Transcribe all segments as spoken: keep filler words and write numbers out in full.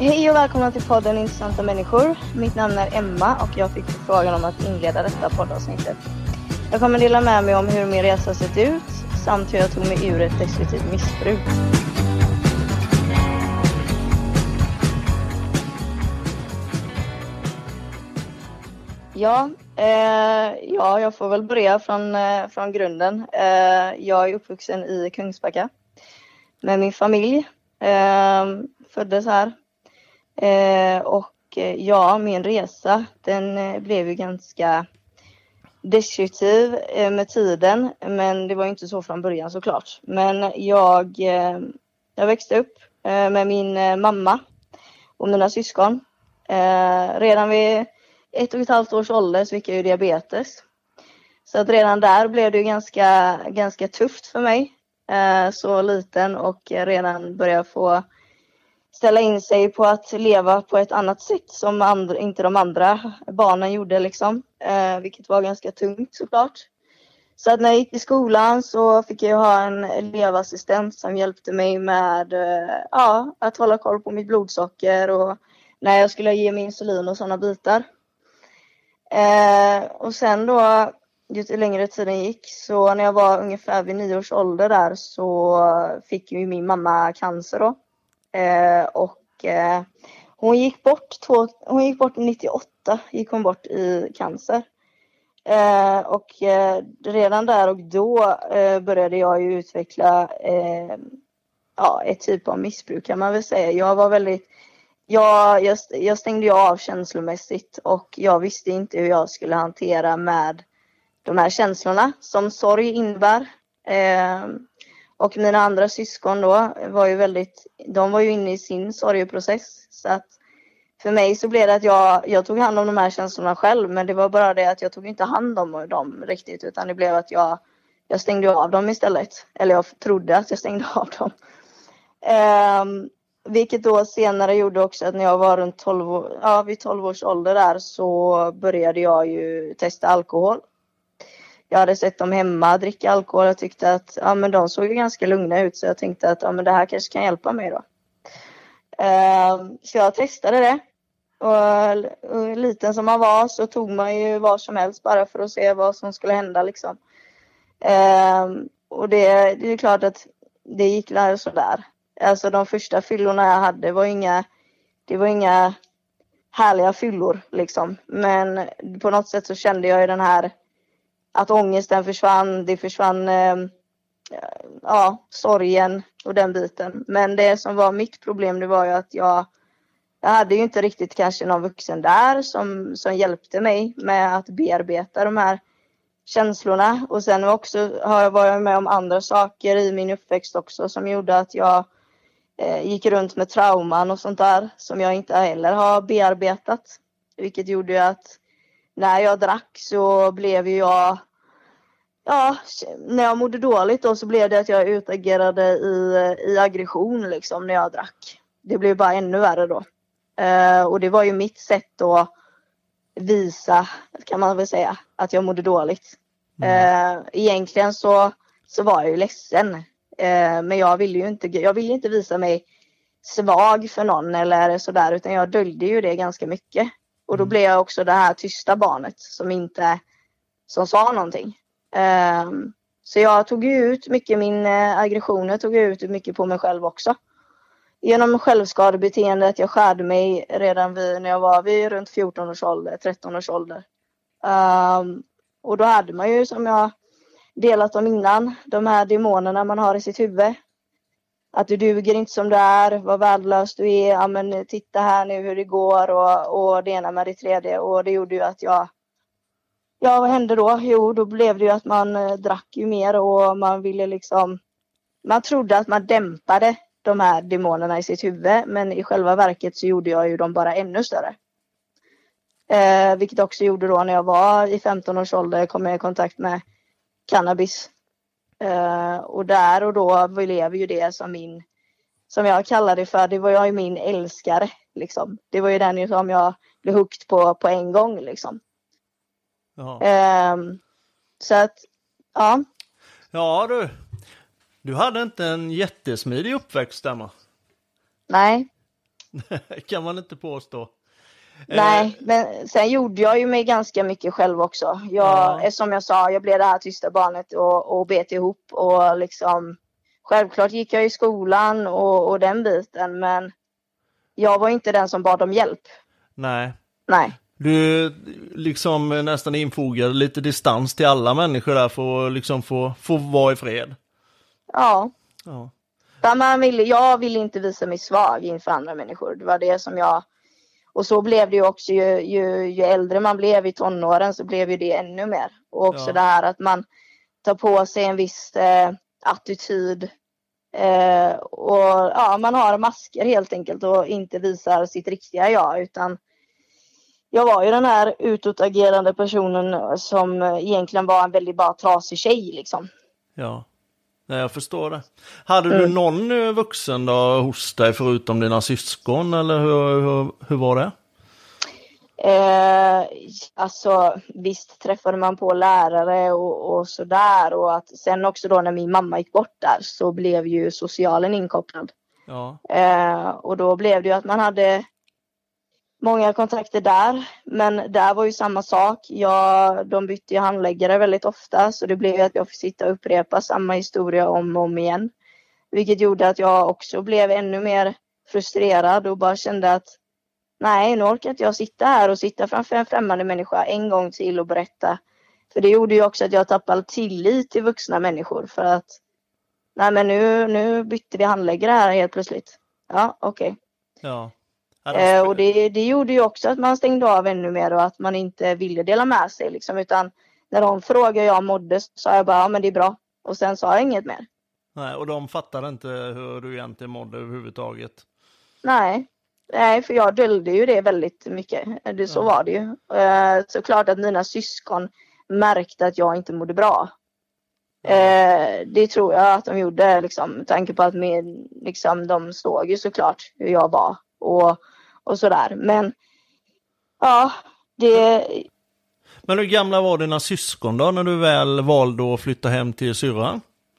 Hej och välkomna till podden Intressanta människor. Mitt namn är Emma och jag fick frågan om att inleda detta poddavsnittet. Jag kommer dela med mig om hur min resa sett ut samt hur jag tog mig ur ett destruktivt missbruk. Ja, eh, ja, jag får väl börja från, eh, från grunden. Eh, jag är uppvuxen i Kungsbacka med min familj. Eh, föddes här. Eh, och eh, ja, min resa, den eh, blev ju ganska destruktiv eh, med tiden. Men det var ju inte så från början såklart. Men jag, eh, jag växte upp eh, med min eh, mamma och mina syskon. Eh, redan vid ett och ett halvt års ålder så fick jag ju diabetes. Så att redan där blev det ju ganska, ganska tufft för mig. Eh, så liten och redan började få ställa in sig på att leva på ett annat sätt som andra, inte de andra barnen gjorde liksom. Eh, vilket var ganska tungt såklart. Så att när jag gick i skolan så fick jag ha en elevassistent som hjälpte mig med eh, ja, att hålla koll på mitt blodsocker och när jag skulle ge mig insulin och sådana bitar. Eh, och sen då, ju längre tiden gick, så när jag var ungefär vid nio års ålder där så fick ju min mamma cancer då. Eh, och eh, hon gick bort två, hon gick bort nittioåtta, gick hon bort i cancer. Eh, och eh, redan där och då eh, började jag ju utveckla eh, ja, ett typ av missbruk kan man väl säga. Jag var väldigt Jag, jag, jag stängde ju av känslomässigt och jag visste inte hur jag skulle hantera med de här känslorna som sorg innebär. Eh, och mina andra syskon då var ju väldigt, de var ju inne i sin sorgeprocess. Så att för mig så blev det att jag, jag tog hand om de här känslorna själv. Men det var bara det att jag tog inte hand om dem riktigt, utan det blev att jag, jag stängde av dem istället. Eller jag trodde att jag stängde av dem. Eh, Vilket då senare gjorde också att när jag var runt tolv, ja, vid tolv års ålder där så började jag ju testa alkohol. Jag hade sett dem hemma dricka alkohol. Jag tyckte att ja, men de såg ju ganska lugna ut, så jag tänkte att ja, men det här kanske kan hjälpa mig då. Uh, så jag testade det. Och, och liten som man var så tog man ju vad som helst bara för att se vad som skulle hända liksom. Uh, och det, det är klart att det gick där sådär. Alltså de första fyllorna jag hade var inga, det var inga härliga fyllor liksom. Men på något sätt så kände jag ju den här, att ångesten försvann, det försvann, eh, ja, sorgen och den biten. Men det som var mitt problem, det var ju att jag, jag hade ju inte riktigt kanske någon vuxen där som, som hjälpte mig med att bearbeta de här känslorna. Och sen också har jag varit med om andra saker i min uppväxt också som gjorde att jag eh, gick runt med trauman och sånt där som jag inte heller har bearbetat. Vilket gjorde att när jag drack så blev jag, ja, när jag mådde dåligt då så blev det att jag utagerade i, i aggression liksom när jag drack. Det blev bara ännu värre då. Eh, och det var ju mitt sätt att visa, kan man väl säga, att jag mådde dåligt. Mm. Eh, egentligen så, så var jag ju ledsen. Eh, men jag ville ju inte, jag ville inte visa mig svag för någon eller sådär, utan jag döljde ju det ganska mycket. Och då mm. blev jag också det här tysta barnet som inte, som sa någonting. Eh, så jag tog ju ut mycket, min eh, aggressioner tog ut mycket på mig själv också. Genom självskadebeteendet, jag skärde mig redan vid, när jag var vid runt fjorton års ålder, tretton års ålder. Um, och då hade man ju, som jag delat om innan, de här demonerna man har i sitt huvud. Att du duger inte som du är, vad värdelös du är, ja men titta här nu hur det går och, och det ena med det tredje. Och det gjorde ju att jag, ja vad hände då? Jo, då blev det ju att man eh, drack ju mer och man ville liksom, man trodde att man dämpade de här demonerna i sitt huvud, men i själva verket så gjorde jag ju dem bara ännu större. Eh, vilket också gjorde då när jag var i femton års ålder kom jag i kontakt med cannabis. Eh, och där och då blev ju det som min, som jag kallade det för, det var jag ju min älskare liksom. Det var ju den som jag blev hooked på på en gång liksom. Eh, så att, ja. Ja du. Du hade inte en jättesmidig uppväxt, Emma. Nej. kan man inte påstå. Nej, Eh, men sen gjorde jag ju mig ganska mycket själv också. Jag, ja. som jag sa, jag blev det här tysta barnet och, och bet ihop. Och liksom, självklart gick jag i skolan och, och den biten, men jag var inte den som bad om hjälp. Nej. Nej. Du liksom nästan infogade lite distans till alla människor där för att liksom få, få vara i fred. Ja. Ja. Där man ville, jag ville inte visa mig svag inför andra människor. Det var det som jag... Och så blev det ju också, ju, ju, ju äldre man blev i tonåren så blev ju det ännu mer. Och också Ja. det här att man tar på sig en viss eh, attityd. Eh, och ja, man har masker helt enkelt och inte visar sitt riktiga jag. Utan jag var ju den här utåtagerande personen som egentligen var en väldigt bara trasig tjej liksom. Ja. Nej, jag förstår det. Hade Mm. du någon eh, vuxen då hos dig förutom dina syskon eller hur, hur, hur var det? Eh, alltså visst träffade man på lärare och, och sådär. Och att sen också då när min mamma gick bort där så blev ju socialen inkopplad. Ja. Eh, och då blev det ju att man hade många kontakter där. Men där var ju samma sak. Jag, de bytte ju handläggare väldigt ofta. Så det blev ju att jag fick sitta och upprepa samma historia om och om igen. Vilket gjorde att jag också blev ännu mer frustrerad och bara kände att nej, nu orkar inte jag sitta här och sitta framför en främmande människa en gång till och berätta. För det gjorde ju också att jag tappade tillit till vuxna människor. För att, nej men nu, nu bytte vi handläggare här helt plötsligt. Ja, okej. Okay. Ja. Eh, och det, det gjorde ju också att man stängde av ännu mer och att man inte ville dela med sig. Liksom, utan när de frågade hur jag mådde så sa jag bara, ja men det är bra. Och sen sa jag inget mer. Nej, och de fattade inte hur du egentligen mådde överhuvudtaget. Nej. Nej, för jag döljde ju det väldigt mycket. Det, så Ja. var det ju. Eh, såklart att mina syskon märkte att jag inte mådde bra. Eh, det tror jag att de gjorde. Liksom, med tanke på att min, liksom, de såg ju såklart hur jag var. Och, och sådär. Men ja, det... Men hur gamla var dina syskon då när du väl valde att flytta hem till syrran?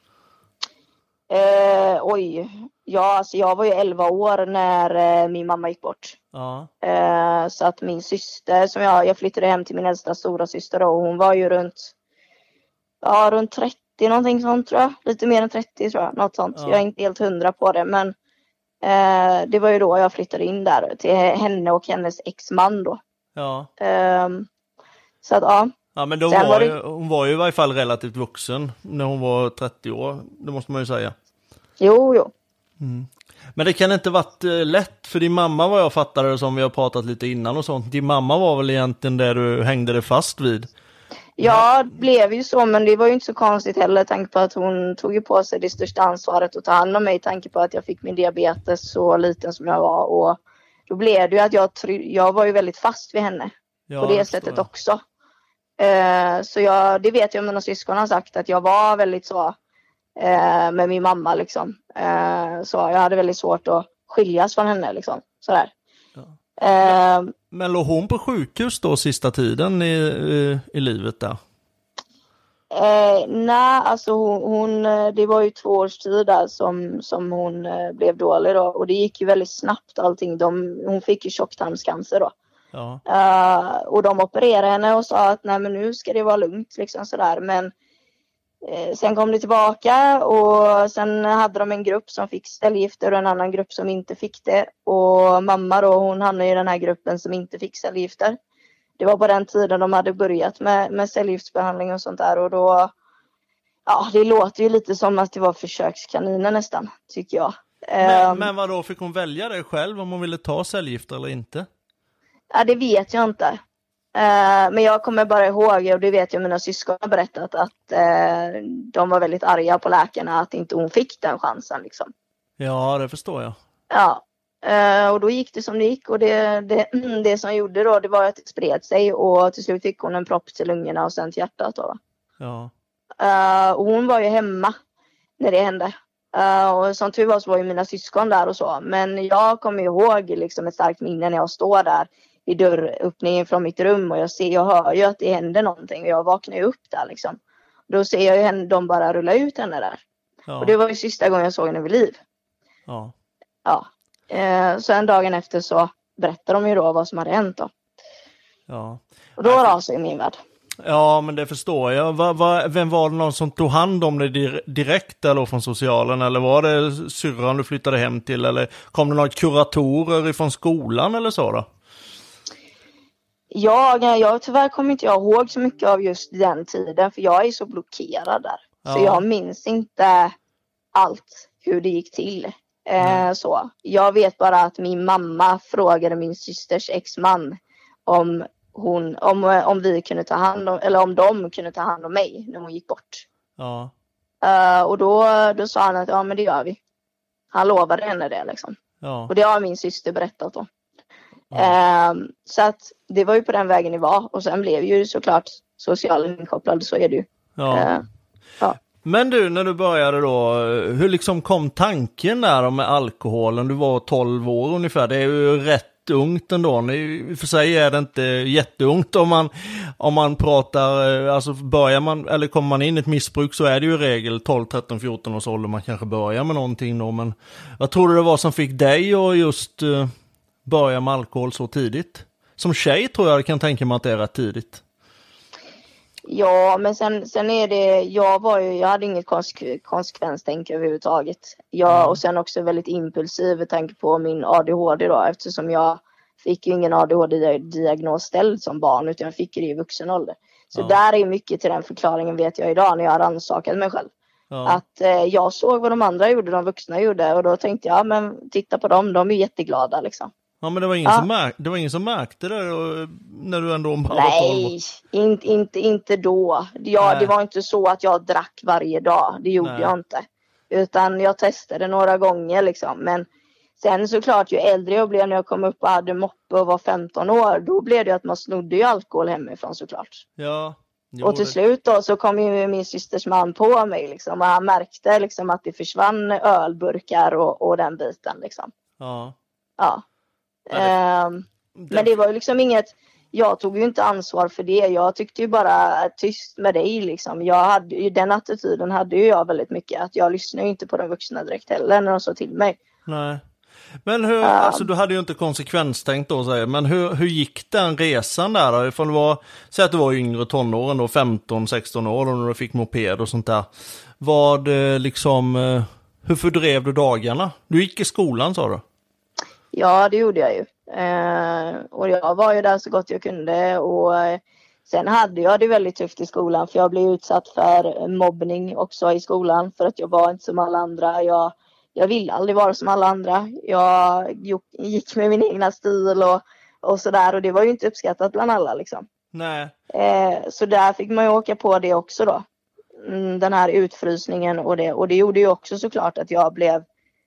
Eh, oj. Ja, alltså jag var ju elva år när eh, min mamma gick bort. Ja. Eh, så att min syster, som jag, jag flyttade hem till min äldsta stora syster då, och hon var ju runt, ja, runt trettio någonting sånt tror jag. Lite mer än trettio tror jag, något sånt. Ja. Jag är inte helt hundra på det, men eh, det var ju då jag flyttade in där till henne och hennes exman då. Ja. Eh, så att ja. Ja, men då Sen var var det- ju, hon var ju i varje fall relativt vuxen när hon var trettio år, det måste man ju säga. Jo, jo. Men det kan inte varit eh, lätt för din mamma, vad jag fattade det som, vi har pratat lite innan och sånt. Din mamma var väl egentligen det du hängde dig fast vid? Ja, det blev ju så, men det var ju inte så konstigt heller. Tanke på att hon tog ju på sig det största ansvaret att ta hand om mig. Tanke på att jag fick min diabetes så liten som jag var. Och då blev det ju att jag, try- jag var ju väldigt fast vid henne. Ja, på det förstår sättet jag. också. Eh, så jag, det vet jag om mina syskon har sagt. Att jag var väldigt så eh, med min mamma liksom. Eh, så jag hade väldigt svårt att skiljas från henne liksom. Sådär. Ja. Eh, Men låg hon på sjukhus då sista tiden i, i, i livet där? Eh, nej, alltså hon, hon, det var ju två års tid där som, som hon eh, blev dålig då. Och det gick ju väldigt snabbt allting. De, hon fick ju tjocktarmscancer då. Ja. Eh, och de opererade henne och sa att nej men nu ska det vara lugnt liksom sådär. Men eh, sen kom det tillbaka och sen hade de en grupp som fick cellgifter och en annan grupp som inte fick det. Och mamma då, hon hamnade i den här gruppen som inte fick cellgifter. Det var på den tiden de hade börjat med, med cellgiftsbehandling och sånt där. Och då, ja, det låter ju lite som att det var försökskaniner nästan, tycker jag. Men, Um, men vad då, fick hon välja det själv om hon ville ta cellgifter eller inte? ja, det vet jag inte. Uh, men jag kommer bara ihåg, och det vet jag mina syskon har berättat, att uh, de var väldigt arga på läkarna att inte hon fick den chansen. Liksom. Ja, det förstår jag. Ja, uh, och då gick det som det gick. Och det, det, det som gjorde då, det var att det spred sig. Och till slut fick hon en propp till lungorna och sen till hjärtat då. Ja. Uh, och hon var ju hemma när det hände. Uh, och som tur var så var ju mina syskon där och så. Men jag kommer ihåg liksom ett starkt minne när jag står där i dörröppningen från mitt rum. Och jag, ser, jag hör ju att det händer någonting. Och jag vaknar ju upp där liksom. Då ser jag ju henne, de bara rulla ut henne där. Ja. Och det var ju sista gången jag såg henne vid liv. Ja. Ja. Eh, så en dagen efter så berättar de ju då vad som hade hänt då. Ja. Och då rasar ju min värld. Ja, men det förstår jag. Va, va, vem var det någon som tog hand om det dir- direkt eller från socialen? Eller var det syrran du flyttade hem till? Eller kom det några kuratorer ifrån skolan eller så då? Jag, jag, tyvärr kommer inte jag ihåg så mycket av just den tiden. För jag är så blockerad där. Ja. Så jag minns inte allt hur det gick till. Eh, så. Jag vet bara att min mamma frågade min systers exman om hon, om, om vi kunde ta hand om, eller om de kunde ta hand om mig när hon gick bort. Ja. Uh, och då, då sa han att ja, men det gör vi. Han lovade henne det liksom. Ja. Och det har min syster berättat då. Ja. Uh, så att det var ju på den vägen det var. Och sen blev ju såklart socialen inkopplad, så är det ju. Ja. Uh, ja. Men du, när du började då, hur liksom kom tanken där med alkoholen? Du var tolv år ungefär, det är ju rätt ungt ändå. I för sig är det inte jätteungt om man, om man pratar, alltså börjar man, eller kommer man in i ett missbruk så är det ju i regel tolv, tretton, fjorton års ålder man kanske börjar med någonting då. Men vad tror du det var som fick dig att just uh, börja med alkohol så tidigt? Som tjej tror jag kan tänka mig att det är rätt tidigt. Ja, men sen, sen är det, jag var ju, jag hade inget konse- konsekvenstänk överhuvudtaget. Jag, mm. Och sen också väldigt impulsiv med tanke på min A D H D då, eftersom jag fick ju ingen A D H D-diagnos ställd som barn, utan jag fick det i vuxen ålder. Så ja. Där är mycket till den förklaringen vet jag idag när jag har rannsakat mig själv. Ja. Att eh, jag såg vad de andra gjorde, de vuxna gjorde, och då tänkte jag, men titta på dem, de är jätteglada liksom. Ja, men det var ingen, ja. som, märk- det var ingen som märkte det då, när du ändå bara var tolv? Nej, inte, inte, inte då. Jag, Nej. Det var inte så att jag drack varje dag. Det gjorde Nej. jag inte. Utan jag testade några gånger liksom. Men sen såklart, ju äldre jag blev när jag kom upp och hade moppe och var femton år, då blev det att man snodde ju alkohol hemifrån såklart. Ja. Jo, och till det. slut då så kom ju min systers man på mig liksom. Och han märkte liksom att det försvann ölburkar och, och den biten liksom. Ja. Ja. Um, men det var ju liksom inget, jag tog ju inte ansvar för det. Jag tyckte ju bara tyst med dig liksom. Jag hade ju den attityden hade ju jag väldigt mycket, att jag lyssnar ju inte på de vuxna direkt heller när de sa till mig. Nej. Men hur, um, alltså du hade ju inte konsekvenstänkt då säger, men hur, hur gick den resan där då? Ifall det var, säg att du var yngre tonåren då, femton sexton år, och när du fick moped och sånt där. Vad liksom, hur fördrev du dagarna? Du gick i skolan sa du? Ja, det gjorde jag ju. Eh, och jag var ju där så gott jag kunde. Och eh, sen hade jag det väldigt tufft i skolan. För jag blev utsatt för mobbning också i skolan. För att jag var inte som alla andra. Jag, jag ville aldrig vara som alla andra. Jag gick med min egna stil och, och sådär. Och det var ju inte uppskattat bland alla liksom. Nej. Eh, så där fick man ju åka på det också då. Mm, den här utfrysningen och det. Och det gjorde ju också såklart att jag blev...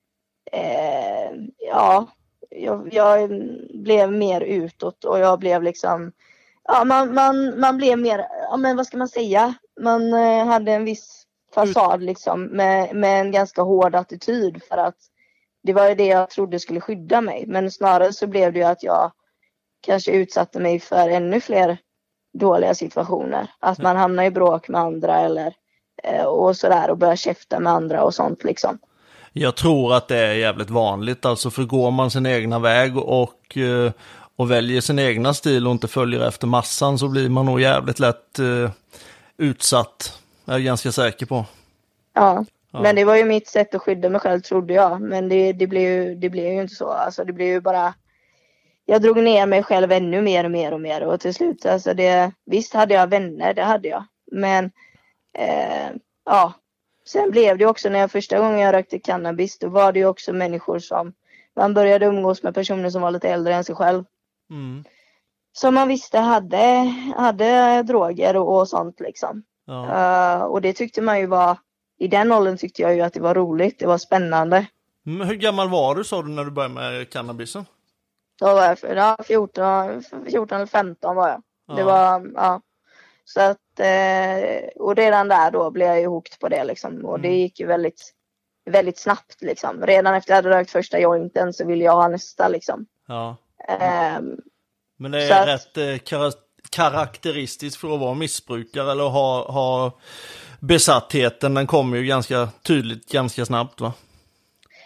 Eh, ja... Jag, jag blev mer utåt och jag blev liksom, ja man, man, man blev mer, ja men vad ska man säga, man eh, hade en viss fasad liksom med, med en ganska hård attityd för att det var ju det jag trodde skulle skydda mig, men snarare så blev det ju att jag kanske utsatte mig för ännu fler dåliga situationer, att man hamnar i bråk med andra eller eh, och sådär och börjar käfta med andra och sånt liksom. Jag tror att det är jävligt vanligt, alltså för går man sin egna väg och, och väljer sin egna stil och inte följer efter massan så blir man nog jävligt lätt uh, utsatt, jag är ganska säker på. Ja, ja, men det var ju mitt sätt att skydda mig själv trodde jag, men det, det, blev, ju, det blev ju inte så, alltså det blev ju bara, jag drog ner mig själv ännu mer och mer och mer och till slut, alltså det, visst hade jag vänner, det hade jag, men eh, ja. Sen blev det också när jag första gången jag rökte cannabis, då var det ju också människor som, man började umgås med personer som var lite äldre än sig själv. Mm. Som man visste hade, hade droger och, och sånt liksom. Ja. Uh, och det tyckte man ju var, i den åldern tyckte jag ju att det var roligt, det var spännande. Men hur gammal var du sa du när du började med cannabisen? Då var jag ja, fjorton, fjorton eller femton var jag. Ja. Det var, ja. Så att, eh, och redan där då blev jag ju hooked på det liksom. Och mm. det gick ju väldigt, väldigt snabbt liksom. Redan efter att jag hade rökt första jointen så ville jag ha nästa liksom. Ja. Eh, Men det är rätt eh, kar- karaktäristiskt för att vara missbrukare eller ha, ha besattheten. Den kommer ju ganska tydligt, ganska snabbt va?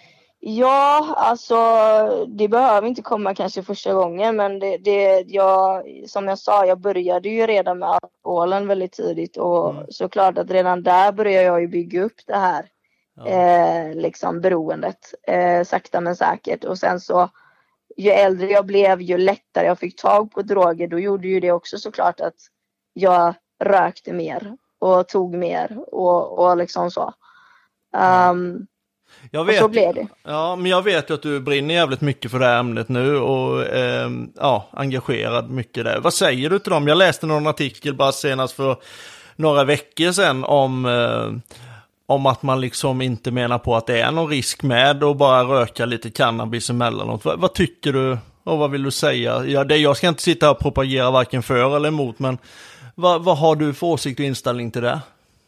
Ja, alltså det behöver inte komma kanske första gången, men det, det jag, som jag sa, jag började ju redan med alkoholen väldigt tidigt och Mm. såklart att redan där började jag ju bygga upp det här Ja. eh, liksom beroendet, eh, sakta men säkert. Och sen så, ju äldre jag blev, ju lättare jag fick tag på droger, då gjorde ju det också såklart att jag rökte mer och tog mer och, och liksom så. Um, Jag vet, och så blev det. Ja, men jag vet ju att du brinner jävligt mycket för det här ämnet nu och eh, ja, engagerad mycket där. Vad säger du till dem? Jag läste någon artikel bara senast för några veckor sedan om, eh, om att man liksom inte menar på att det är någon risk med att bara röka lite cannabis emellanåt. Vad, vad tycker du och vad vill du säga? Ja, det, jag ska inte sitta och propagera varken för eller emot, men vad, vad har du för åsikt och inställning till det?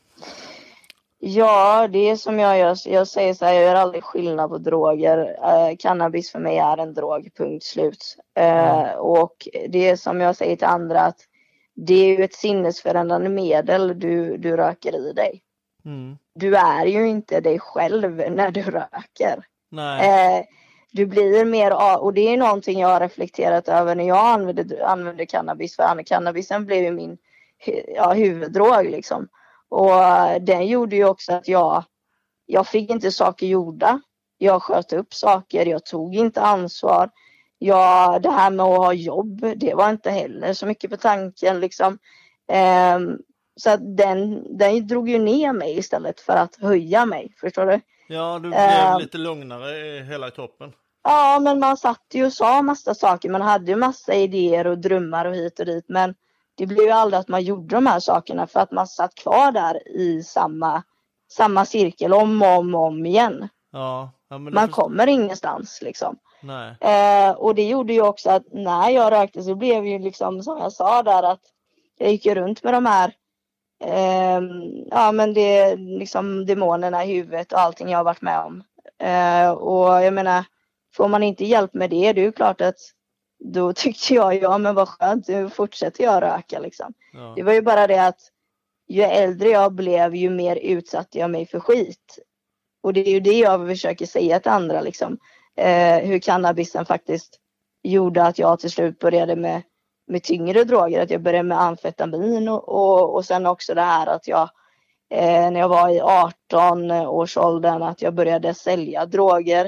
Ja, det är som jag gör. Jag säger så här, jag gör aldrig skillnad på droger. Eh, cannabis för mig är en drog, punkt slut. Eh, mm. Och det är som jag säger till andra, att det är ju ett sinnesförändrande medel du, du röker i dig. Mm. Du är ju inte dig själv när du röker. Nej. Eh, du blir mer, och det är någonting jag har reflekterat över när jag använde, använde cannabis. För cannabisen blev ju min ja, huvuddrog liksom. Och den gjorde ju också att jag, jag fick inte saker gjorda. Jag sköt upp saker, jag tog inte ansvar. Jag, det här med att ha jobb, det var inte heller så mycket på tanken liksom. Um, så att den, den drog ju ner mig istället för att höja mig, förstår du? Ja, du blev um, lite lugnare i hela kroppen. Ja, men man satt ju och sa massa saker. Man hade ju massa idéer och drömmar och hit och dit, men det blev ju aldrig att man gjorde de här sakerna för att man satt kvar där i samma, samma cirkel om och om, om igen. Ja, ja, men man först... kommer ingenstans liksom. Nej. Eh, och det gjorde ju också att när jag rökte så blev ju liksom som jag sa där att jag gick ju runt med de här eh, ja men det liksom demonerna i huvudet och allting jag har varit med om. Eh, och jag menar, får man inte hjälp med det, det är ju klart att då tyckte jag, ja men vad skönt, nu fortsätter jag röka liksom. Ja. Det var ju bara det att ju äldre jag blev, ju mer utsatte jag mig för skit. Och det är ju det jag försöker säga till andra liksom. Eh, hur cannabisen faktiskt gjorde att jag till slut började med, med tyngre droger. Att jag började med amfetamin och, och, och sen också det här att jag eh, när jag var i arton års åldern att jag började sälja droger.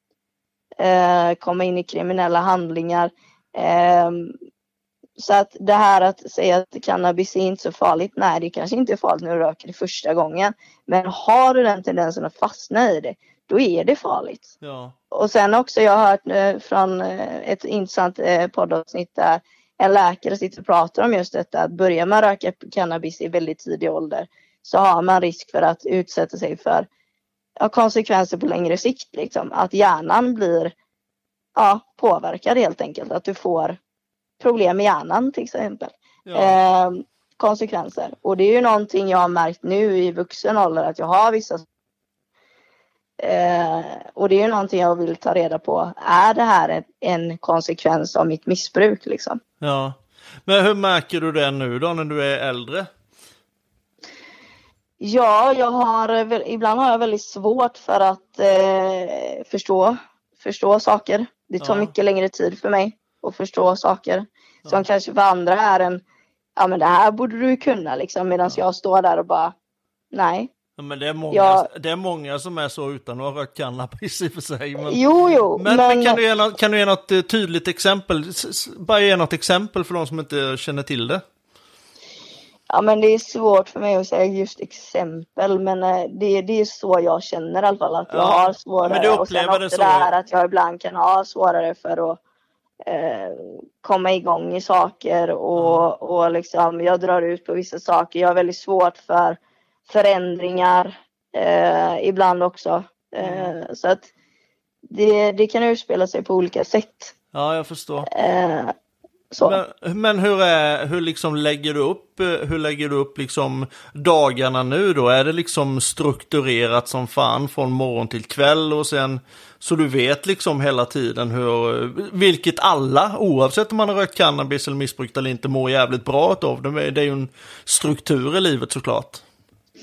Eh, komma in i kriminella handlingar. Eh, så att det här att säga att cannabis är inte så farligt. Nej, det kanske inte är farligt när du röker det första gången. Men har du den tendensen att fastna i det, då är det farligt. Ja. Och sen också, jag har hört eh, från eh, ett intressant eh, poddavsnitt där en läkare sitter och pratar om just detta. Att börja med att röka cannabis i väldigt tidig ålder så har man risk för att utsätta sig för ja, konsekvenser på längre sikt. Liksom. Att hjärnan blir ja, påverkad helt enkelt. Att du får problem med hjärnan till exempel. Ja. Eh, konsekvenser. Och det är ju någonting jag har märkt nu i vuxen ålder att jag har vissa. Eh, och det är ju någonting jag vill ta reda på. Är det här en, en konsekvens av mitt missbruk liksom? Ja. Men hur märker du det nu då när du är äldre? Ja, jag har ibland har jag väldigt svårt för att eh, förstå, förstå saker. Det tar ja. mycket längre tid för mig att förstå saker. Ja. Som kanske för andra är en, ja men det här borde du kunna liksom. Medan ja. jag står där och bara, nej. Ja, men det är, många, jag... det är många som är så utan att ha rökt cannabis i och för sig. Men... Jo, jo. Men, men... men kan, du ge något, kan du ge något tydligt exempel? Bara ge något exempel för de som inte känner till det. Ja, men det är svårt för mig att säga just exempel, men det, det är så jag känner i alla fall, att jag ja, har svårare. Och sen också det, så... det här att jag ibland kan ha svårare för att eh, komma igång i saker och, mm. och liksom, jag drar ut på vissa saker. Jag har väldigt svårt för förändringar eh, ibland också. Eh, mm. Så att det, det kan utspela sig på olika sätt. Ja, jag förstår. Eh, Så. Men, men hur är hur liksom lägger du upp hur lägger du upp liksom dagarna nu då? Är det liksom strukturerat som fan från morgon till kväll och sen så du vet liksom hela tiden hur vilket alla oavsett om man har rökt cannabis eller missbrukt eller inte mår jävligt bra av det. Det är ju en struktur i livet såklart.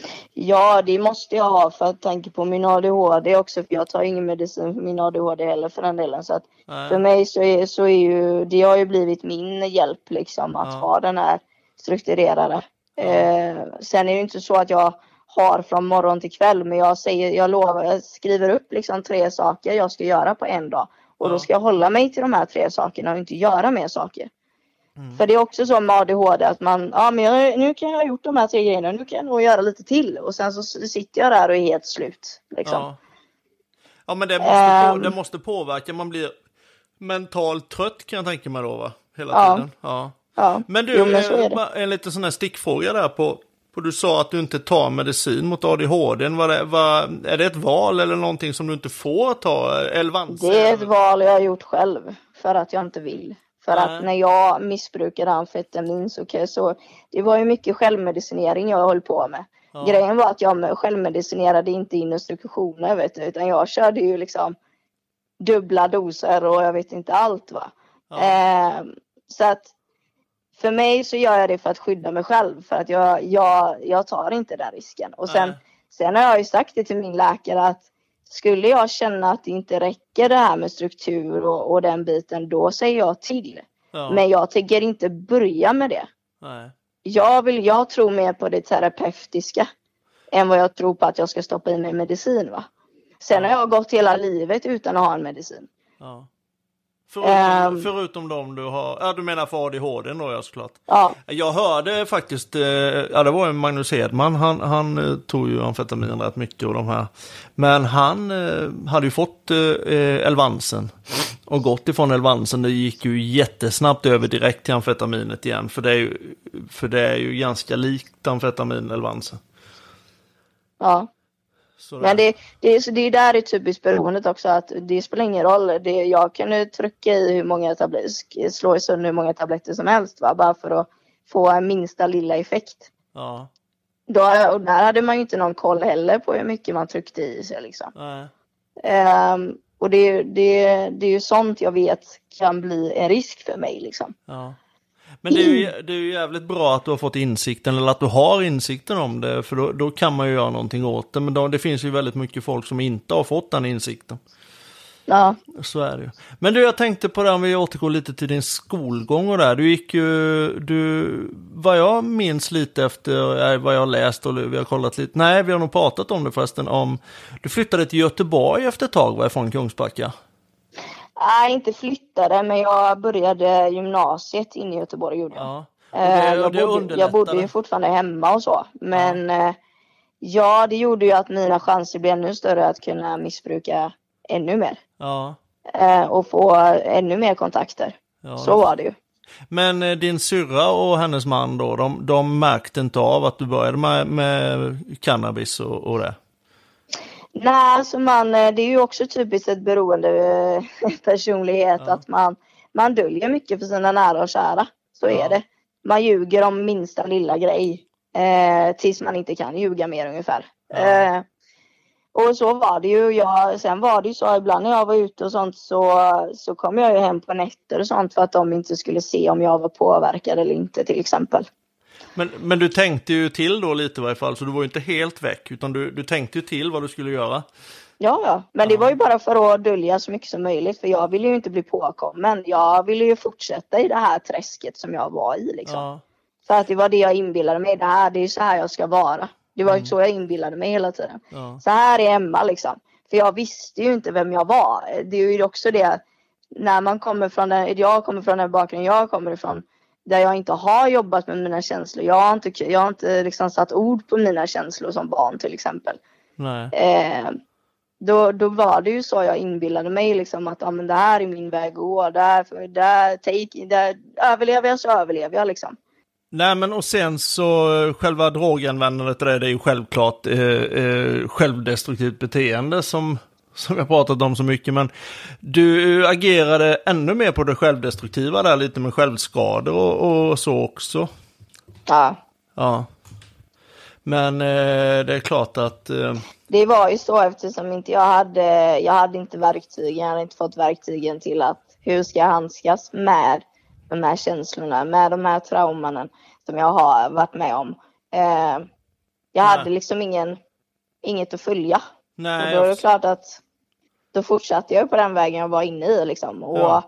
Ja, det måste jag ha för att tänka på min A D H D också. För jag tar ingen medicin för min A D H D heller för den delen. Så att Nej. för mig så är, så är ju, det har ju blivit min hjälp liksom att Ja. ha den här strukturerade. Ja. Eh, sen är det inte så att jag har från morgon till kväll. Men jag säger, jag lovar, jag skriver upp liksom tre saker jag ska göra på en dag. Och Ja. då ska jag hålla mig till de här tre sakerna och inte göra mer saker. Mm. För det är också så med A D H D att man, ja men jag, nu kan jag ha gjort de här tre grejerna, nu kan jag nog göra lite till. Och sen så sitter jag där och är helt slut. Liksom. Ja. Ja, men det måste, Um, på, det måste påverka, man blir mentalt trött kan jag tänka mig då va? Hela Ja. tiden. Ja. Ja. Men du, Jo, men så är det. en, en liten sån här stickfråga där på, på du sa att du inte tar medicin mot A D H D. Var det, var, är det ett val eller någonting som du inte får ta? Elvanse? Det är ett val jag har gjort själv för att jag inte vill. För Nej. att när jag missbrukade amfetamin så, så det var ju mycket självmedicinering jag höll på med. Ja. Grejen var att jag självmedicinerade inte in instruktioner vet du, utan jag körde ju liksom dubbla doser och jag vet inte allt va. Ja. Eh, så att för mig så gör jag det för att skydda mig själv. För att jag, jag, jag tar inte den risken. Och sen, Nej. sen har jag ju sagt det till min läkare att skulle jag känna att det inte räcker det här med struktur och, och den biten, då säger jag till. Ja. Men jag tänker inte börja med det. Nej. Jag, vill, jag tror mer på det terapeutiska än vad jag tror på att jag ska stoppa i mig medicin va. Sen har jag gått hela livet utan att ha en medicin. Ja. Förutom, Um, förutom de du har, ja du menar för A D H D då ja såklart. Ja, Jag hörde faktiskt, eh, ja det var ju Magnus Hedman, han, han eh, tog ju amfetamin rätt mycket och de här. Men han eh, hade ju fått eh, Elvansen och gått ifrån Elvansen, det gick ju jättesnabbt över direkt till amfetaminet igen. För det är ju, för det är ju ganska likt amfetamin Elvansen. ja. Så Men det, det, är, så det är där det är typiskt beroendet också att det spelar ingen roll. Det, jag kunde trycka i hur många tabletter, slå i sönder hur många tabletter som helst va? Bara för att få en minsta lilla effekt. Ja. Då, och där hade man ju inte någon koll heller på hur mycket man tryckte i sig liksom. Nej. Um, och det, det, det är ju sånt jag vet kan bli en risk för mig liksom. Ja. Men det är, ju, det är ju jävligt bra att du har fått insikten eller att du har insikten om det, för då, då kan man ju göra någonting åt det. Men då, det finns ju väldigt mycket folk som inte har fått den insikten. Ja. Så är det ju. Men du, jag tänkte på det om vi återgår lite till din skolgång och där. Du gick ju, du, vad jag minns lite efter vad jag har läst och vi har kollat lite. Nej, vi har nog pratat om det förresten. Om, du flyttade till Göteborg efter ett tag var från Kungsbacka. Nej, inte flyttade, men jag började gymnasiet inne i Göteborg gjorde jag. Ja. Eh, det, jag, det bodde, jag bodde ju fortfarande hemma och så. Men ja. Eh, ja, det gjorde ju att mina chanser blev ännu större att kunna missbruka ännu mer. Ja. Eh, och få ännu mer kontakter. Ja, så var det ju. Men eh, din syrra och hennes man då, de, de märkte inte av att du började med, med cannabis och, och det? Nej, alltså man, det är ju också typiskt ett beroende personlighet ja. Att man, man döljer mycket för sina nära och kära. Så ja. Är det. Man ljuger om minsta lilla grej eh, tills man inte kan ljuga mer ungefär. Ja. Eh, och så var det ju. Jag, sen var det ju så ibland när jag var ute och sånt så, så kom jag ju hem på nätter och sånt för att de inte skulle se om jag var påverkad eller inte till exempel. Men, men du tänkte ju till då lite i varje fall, så du var ju inte helt väck utan du, du tänkte ju till vad du skulle göra. Ja, ja. Men det var ju bara för att dölja så mycket som möjligt för jag ville ju inte bli påkommen. Jag ville ju fortsätta i det här träsket som jag var i liksom. Ja. För att det var det jag inbillade mig. Det här, det är så här jag ska vara. Det var ju mm. så jag inbillade mig hela tiden. Ja. Så här är Emma liksom. För jag visste ju inte vem jag var. Det är ju också det när man kommer från den, jag kommer från den bakgrunden jag kommer ifrån. Där jag inte har jobbat med mina känslor. Jag har inte, jag har inte liksom satt ord på mina känslor som barn till exempel. Nej. Eh, då, då var det ju så jag inbillade mig liksom att ah, men det här är min väg att gå. Där, där, take, där överlever jag så överlever jag liksom. Nej men och sen så själva droganvändandet det är ju självklart eh, eh, självdestruktivt beteende som, som jag pratat om så mycket. Men du agerade ännu mer på det självdestruktiva där lite med självskador och, och så också. Ja. Ja. Men eh, det är klart att... Eh... Det var ju så eftersom inte jag hade, jag hade inte verktygen, jag hade inte fått verktygen till att hur ska jag handskas med de här känslorna, med de här traumanen som jag har varit med om. Eh, Jag Nej. hade liksom ingen, inget att följa. Nej, och då är det jag... klart att då fortsatte jag på den vägen jag var inne i liksom. Och Ja.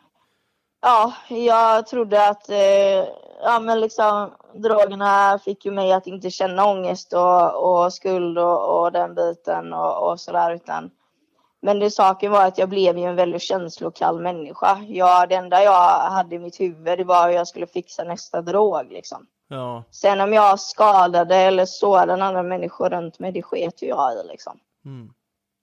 ja, jag trodde att eh, ja, men liksom, drogerna fick ju mig att inte känna ångest och, och skuld och, och den biten och, och sådär. Utan, men det saken var att jag blev ju en väldigt känslokall människa. Jag, det enda jag hade i mitt huvud det var hur jag skulle fixa nästa drog. Liksom. Ja. Sen om jag skadade eller sårade andra människor runt mig, det sket ju jag i. Liksom. Mm.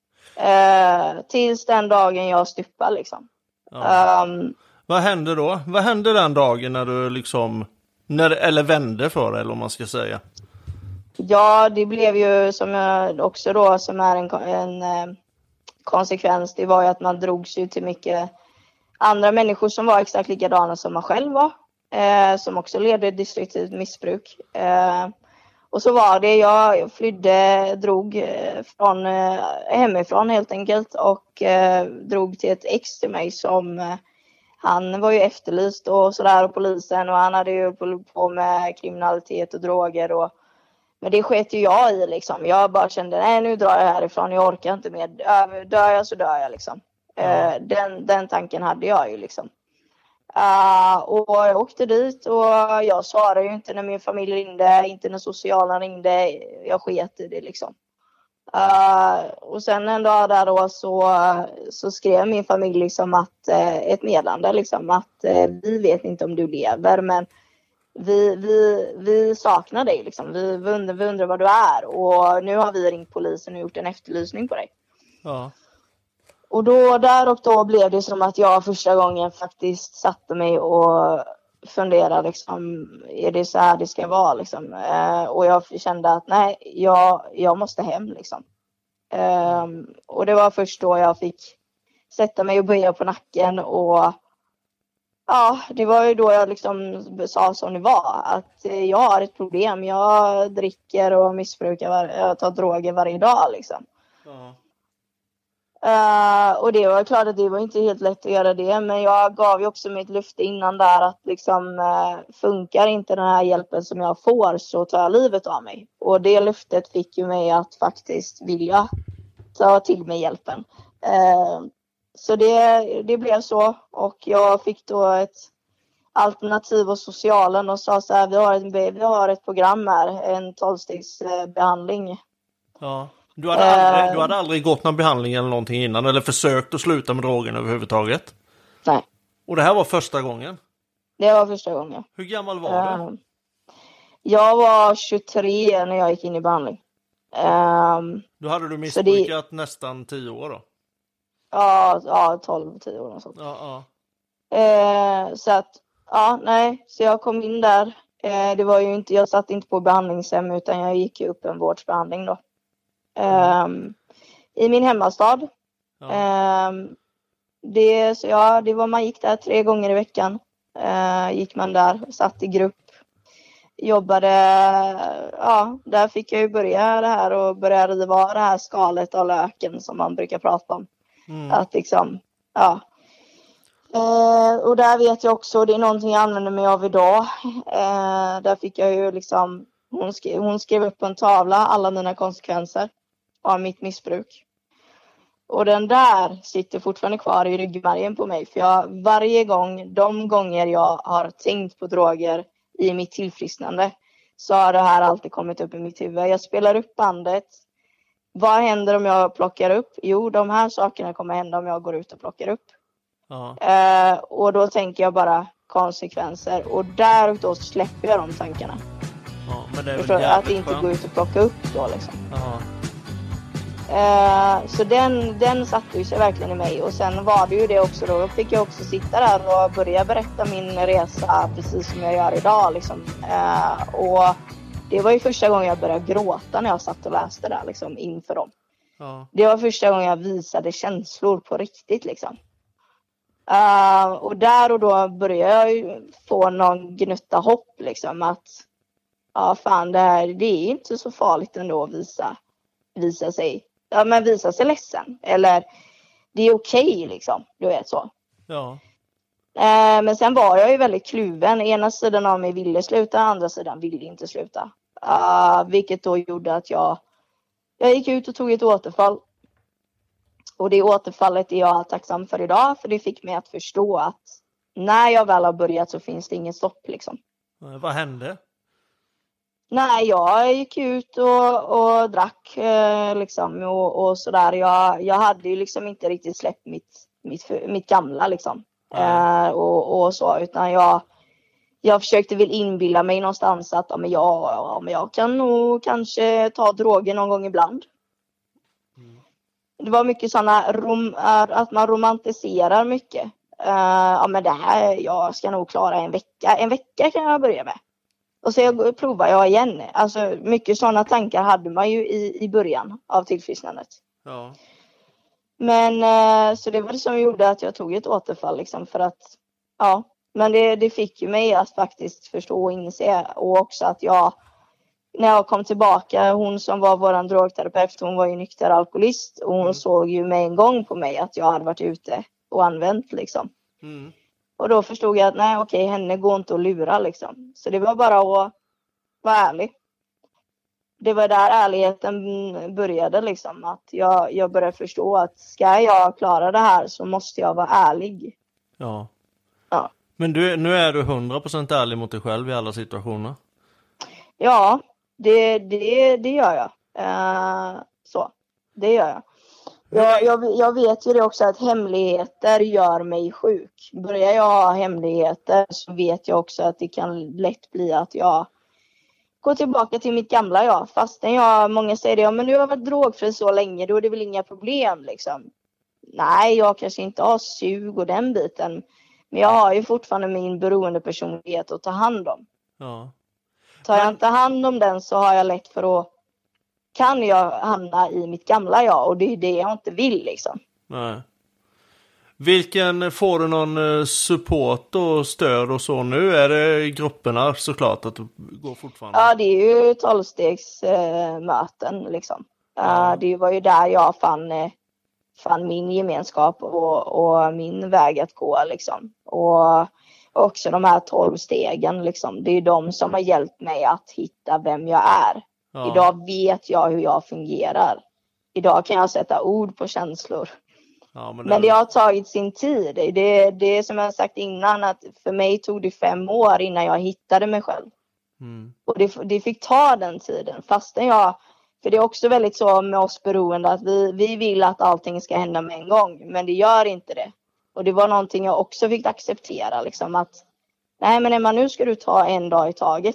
Eh, tills den dagen jag stupade. Liksom. Ja. Um, Vad hände då? Vad hände den dagen när du liksom, när, eller vände för det, eller om man ska säga? Ja, det blev ju som jag också då, som är en, en eh, konsekvens, det var ju att man drogs ju till mycket andra människor som var exakt likadana som man själv var. Eh, som också ledde destruktivt missbruk. Eh, och så var det, jag flydde, drog eh, från, eh, hemifrån helt enkelt och eh, drog till ett ex till mig som eh, han var ju efterlyst och sådär och polisen och han hade ju på med kriminalitet och droger och men det sket ju jag i liksom. Jag bara kände, nej nu drar jag härifrån, jag orkar inte mer. Dör jag så dör jag liksom. Mm. Uh, den, den tanken hade jag ju liksom. Uh, och jag åkte dit och jag svarade ju inte när min familj ringde, inte när socialen ringde. Jag sket i det liksom. Uh, och sen en dag där då så, så skrev min familj liksom att uh, ett meddelande liksom att uh, vi vet inte om du lever men vi, vi, vi saknar dig liksom. Vi, vi, undrar, vi undrar vad du är och nu har vi ringt polisen och gjort en efterlysning på dig. Ja. Och då där och då blev det som att jag första gången faktiskt satte mig och funderade liksom, är det så här det ska vara liksom? Eh, och jag kände att nej, jag, jag måste hem liksom. Eh, och det var först då jag fick sätta mig och böja på nacken och ja, det var ju då jag liksom sa som det var, att jag har ett problem, jag dricker och missbrukar, var- jag tar droger varje dag liksom. Ja. Uh, och det var klart att det var inte helt lätt att göra det. Men jag gav ju också mitt löfte innan där att liksom uh, funkar inte den här hjälpen som jag får så tar jag livet av mig. Och det löftet fick ju mig att faktiskt vilja ta till mig hjälpen. Uh, så det, det blev så. Och jag fick då ett alternativ hos socialen och sa så här, vi har ett, vi har ett program här, en tolvstegsbehandling. Ja. Du hade, aldrig, du hade aldrig gått någon behandling eller någonting innan eller försökt att sluta med drogen överhuvudtaget? Nej. Och det här var första gången? Det var första gången. Hur gammal var Uh, du? Jag var tjugotre när jag gick in i behandling. Um, Då hade du missbrukat det, nästan tio år då? Ja, ja tolv tio år och sånt. Ja, ja. Uh, så att, ja, nej. Så jag kom in där. Uh, det var ju inte, jag satt inte på behandlingshem utan jag gick ju upp en vårdsbehandling då. Um, I min hemmastad. Ja. Um, det, så ja, det var, man gick där tre gånger i veckan. Uh, gick man där, satt i grupp. Jobbade, ja, där fick jag ju börja det här och börja riva av det här skalet av löken som man brukar prata om. Mm. Att liksom, ja. Uh, och där vet jag också, det är någonting jag använder mig av idag. Uh, där fick jag ju liksom, hon skrev, hon skrev upp på en tavla alla mina konsekvenser av mitt missbruk. Och den där sitter fortfarande kvar i ryggmärgen på mig. För jag, varje gång, de gånger jag har tänkt på droger i mitt tillfrisknande så har det här alltid kommit upp i mitt huvud. Jag spelar upp bandet. Vad händer om jag plockar upp? Jo, de här sakerna kommer hända om jag går ut och plockar upp. Ja. Eh, och då tänker jag bara konsekvenser. Och där och då släpper jag de tankarna. Ja, men det är väl Förstår, att inte skönt. gå ut och plocka upp då liksom. Ja. Uh, så den, den satte ju sig verkligen i mig. Och sen var det ju det också då. Då fick jag också sitta där och börja berätta min resa precis som jag gör idag liksom. Uh, och det var ju första gången jag började gråta när jag satt och läste där liksom inför dem. Ja. Det var första gången jag visade känslor på riktigt liksom. Uh, och där och då började jag ju få någon gnutta hopp liksom att ja fan det här, det är inte så farligt ändå att visa, visa sig. Ja, men visa sig ledsen. Eller det är okej okay, liksom. Du vet så. Ja. Eh, men sen var jag ju väldigt kluven. Ena sidan av mig ville sluta, andra sidan ville inte sluta. Uh, vilket då gjorde att jag, jag gick ut och tog ett återfall. Och det återfallet är jag tacksam för idag. För det fick mig att förstå att när jag väl har börjat så finns det ingen stopp liksom. Vad hände? Nej, jag gick ut och, och drack eh, liksom och, och sådär. Jag, jag hade ju liksom inte riktigt släppt mitt, mitt, mitt gamla liksom. Eh, och, och så, utan jag, jag försökte väl inbilla mig någonstans att ja, men jag, ja, men jag kan nog kanske ta droger någon gång ibland. Mm. Det var mycket sådana rom, att man romantiserar mycket. Uh, ja men det här, jag ska nog klara en vecka. En vecka kan jag börja med. Och så jag, provar jag igen. Alltså mycket sådana tankar hade man ju i, i början av tillfrisknandet. Ja. Men uh, så det var det som gjorde att jag tog ett återfall liksom för att, ja. Men det, det fick ju mig att faktiskt förstå och inse. Och också att jag, när jag kom tillbaka, hon som var våran drogterapeut, hon var ju nykter alkoholist. Och hon mm. såg ju med en gång på mig att jag hade varit ute och använt liksom. Mm. Och då förstod jag att nej okej, henne går inte att lura liksom. Så det var bara att vara ärlig. Det var där ärligheten började liksom. Att jag, jag började förstå att ska jag klara det här så måste jag vara ärlig. Ja. Ja. Men du, nu är du hundra procent ärlig mot dig själv i alla situationer? Ja, det, det, det gör jag. Uh, så, det gör jag. Jag, jag. Jag vet ju det också att hemligheter gör mig sjuk. Börjar jag ha hemligheter så vet jag också att det kan lätt bli att jag går tillbaka till mitt gamla jag. Fastän jag, många säger det, ja, men du har varit drogfri så länge, då är det väl inga problem liksom. Nej, jag kanske inte har sug och den biten. Men jag har ju fortfarande min beroende personlighet att ta hand om. Ja. Tar jag inte hand om den så har jag lätt för att, kan jag hamna i mitt gamla jag, och det är det jag inte vill liksom. Nej. Vilken, får du någon support och stöd och så nu? Är det grupperna såklart att du går fortfarande? Ja, det är ju tolvstegsmöten eh, liksom. Ja. Uh, det var ju där jag fann, eh, fann min gemenskap och, och min väg att gå liksom. Och också de här tolv stegen liksom. Det är de som har hjälpt mig att hitta vem jag är. Ja. Idag vet jag hur jag fungerar. Idag kan jag sätta ord på känslor. Ja, men, det... men det har tagit sin tid. Det, det är som jag sagt innan, att för mig tog det fem år innan jag hittade mig själv. Mm. Och det, det fick ta den tiden. Fastän jag, för det är också väldigt så med oss beroende att vi, vi vill att allting ska hända med en gång. Men det gör inte det. Och det var någonting jag också fick acceptera. Liksom, att nej men Emma, nu ska du ta en dag i taget.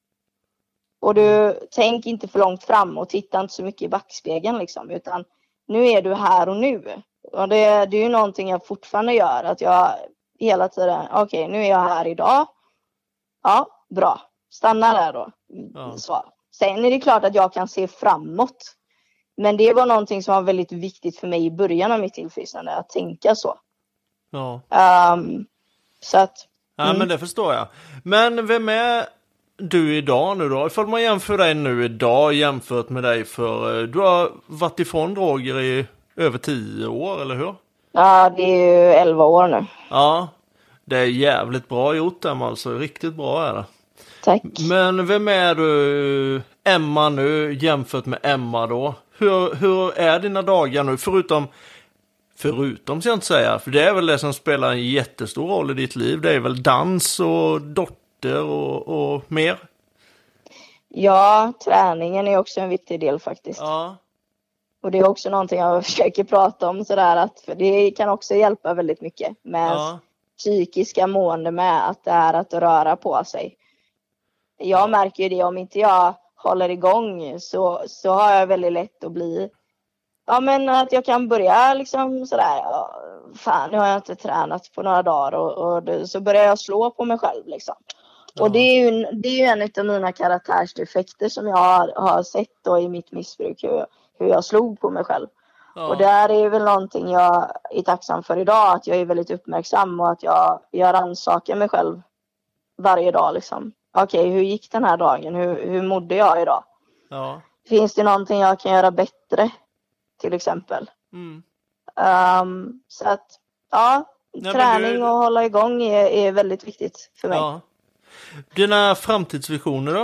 Och du tänk inte för långt fram och titta inte så mycket i backspegeln liksom. Utan nu är du här och nu. Och det, det är ju någonting jag fortfarande gör. Att jag hela tiden, okej okay, nu är jag här idag. Ja, bra. Stanna där då. Ja. Så. Sen är det klart att jag kan se framåt. Men det var någonting som var väldigt viktigt för mig i början av mitt tillfrisknande. Att tänka så. Ja. Um, så att... Ja, mm. men det förstår jag. Men vem är du idag nu då? Ifall man jämför dig nu idag jämfört med dig för... Du har varit ifrån droger i över tio år, eller hur? Ja, det är ju elva år nu. Ja, det är jävligt bra gjort dem alltså. Riktigt bra är det. Tack. Men vem är du, Emma nu, jämfört med Emma då? Hur, hur är dina dagar nu? Förutom... Förutom ska jag inte säga, för det är väl det som spelar en jättestor roll i ditt liv. Det är väl dans och dotter och, och mer? Ja, träningen är också en viktig del faktiskt. Ja. Och det är också någonting jag försöker prata om sådär, att för det kan också hjälpa väldigt mycket med ja. psykiska mående med att det är att röra på sig. Jag märker ju det, om inte jag håller igång så, så har jag väldigt lätt att bli... Ja, men att jag kan börja liksom sådär, ja, fan nu har jag inte tränat på några dagar och, och det, så börjar jag slå på mig själv liksom. Ja. Och det är ju, det är ju en av mina karaktärsdefekter som jag har, har sett då i mitt missbruk, hur, hur jag slog på mig själv. Ja. Och det är väl någonting jag är tacksam för idag, att jag är väldigt uppmärksam och att jag gör rannsakar mig själv varje dag liksom. Okej, okay, hur gick den här dagen? Hur, hur mådde jag idag? Ja. Finns det någonting jag kan göra bättre? Till exempel. Mm. Um, så att, ja, Nej, träning du... och hålla igång är, är väldigt viktigt för mig. Ja. Dina framtidsvisioner då?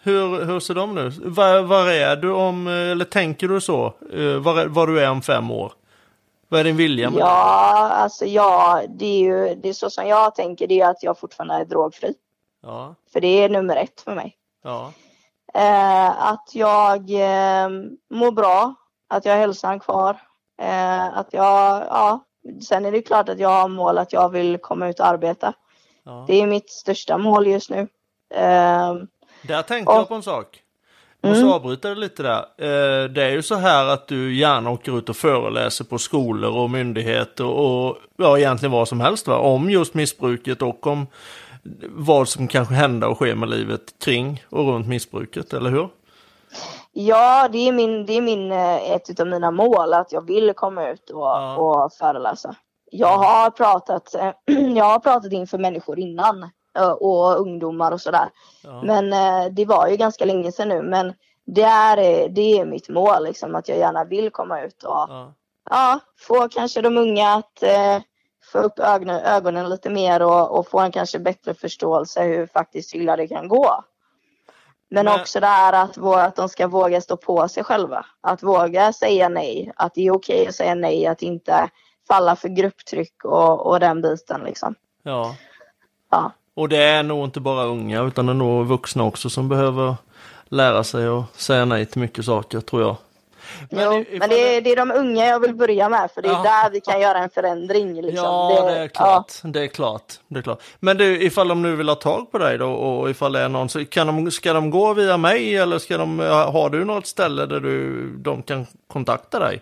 Hur, hur ser de nu? Var, var är du om, eller tänker du så? Var, var du är om fem år? Vad är din vilja med Ja, det? alltså ja, det är ju det är så som jag tänker, det är att jag fortfarande är drogfri. Ja. För det är nummer ett för mig. Ja. Eh, att jag eh, mår bra, att jag har hälsan kvar. Eh, att jag, ja, sen är det klart att jag har mål att jag vill komma ut och arbeta. Ja. Det är mitt största mål just nu. Eh, Där tänkte och, jag på en sak. Jag måste mm. avbryta det lite där. Eh, det är ju så här att du gärna åker ut och föreläser på skolor och myndigheter och ja, egentligen vad som helst, va? Om just missbruket och om vad som kanske händer och sker med livet kring och runt missbruket, eller hur? Ja, det är, min, det är min, ett av mina mål att jag vill komma ut och, ja. och föreläsa. Jag har pratat jag har pratat inför människor innan och ungdomar och sådär. Ja. Men det var ju ganska länge sedan nu. Men det är, det är mitt mål, liksom, att jag gärna vill komma ut och ja. Ja, få kanske de unga att eh, få upp ögonen, ögonen lite mer och, och få en kanske bättre förståelse hur faktiskt illa det kan gå. Men, Men också det här att, att de ska våga stå på sig själva. Att våga säga nej. Att det är okej att säga nej. Att inte falla för grupptryck och, och den biten liksom. Ja. Ja. Och det är nog inte bara unga utan det är nog vuxna också som behöver lära sig att säga nej till mycket saker, tror jag. Men, jo, men det, är, det är de unga jag vill börja med, för det är ja. där vi kan göra en förändring. Liksom. Ja, det, det är klart. Ja. Det är klart. Det är klart. Men du, ifall de nu vill ha tag på dig då, och ifall det är någon, så kan de, ska de gå via mig eller ska de, har du något ställe där du, de kan kontakta dig?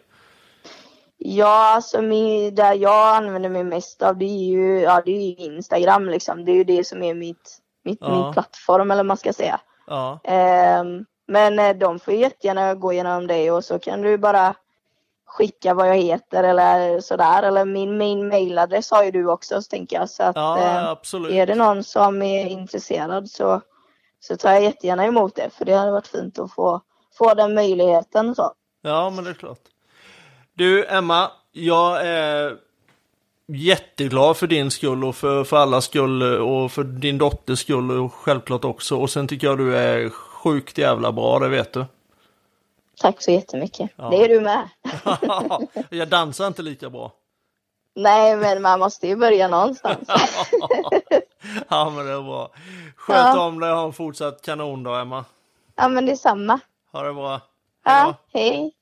Ja, alltså min, där jag använder mig mest av det är ju, ja, det är ju Instagram liksom. Det är ju det som är mitt, mitt, ja. min plattform, eller vad man ska säga. Ja. Um, Men de får jättegärna gå igenom det och så kan du bara skicka vad jag heter eller sådär. Eller min, min mailadress har ju du också, så tänker jag. Så att, ja, eh, absolut. Är det någon som är intresserad så, så tar jag jättegärna emot det. För det hade varit fint att få, få den möjligheten. Så. Ja, men det är klart. Du, Emma, jag är jätteglad för din skull och för, för allas skull och för din dotters skull och självklart också. Och sen tycker jag du är sjukt jävla bra, det vet du. Tack så jättemycket. Ja. Det är du med. Jag dansar inte lika bra. Nej, men man måste ju börja någonstans. Ja, men det är bra. Sköt ja. om dig och ha en fortsatt kanon då, Emma. Ja, men det är samma. Ha det bra. Ja, hej.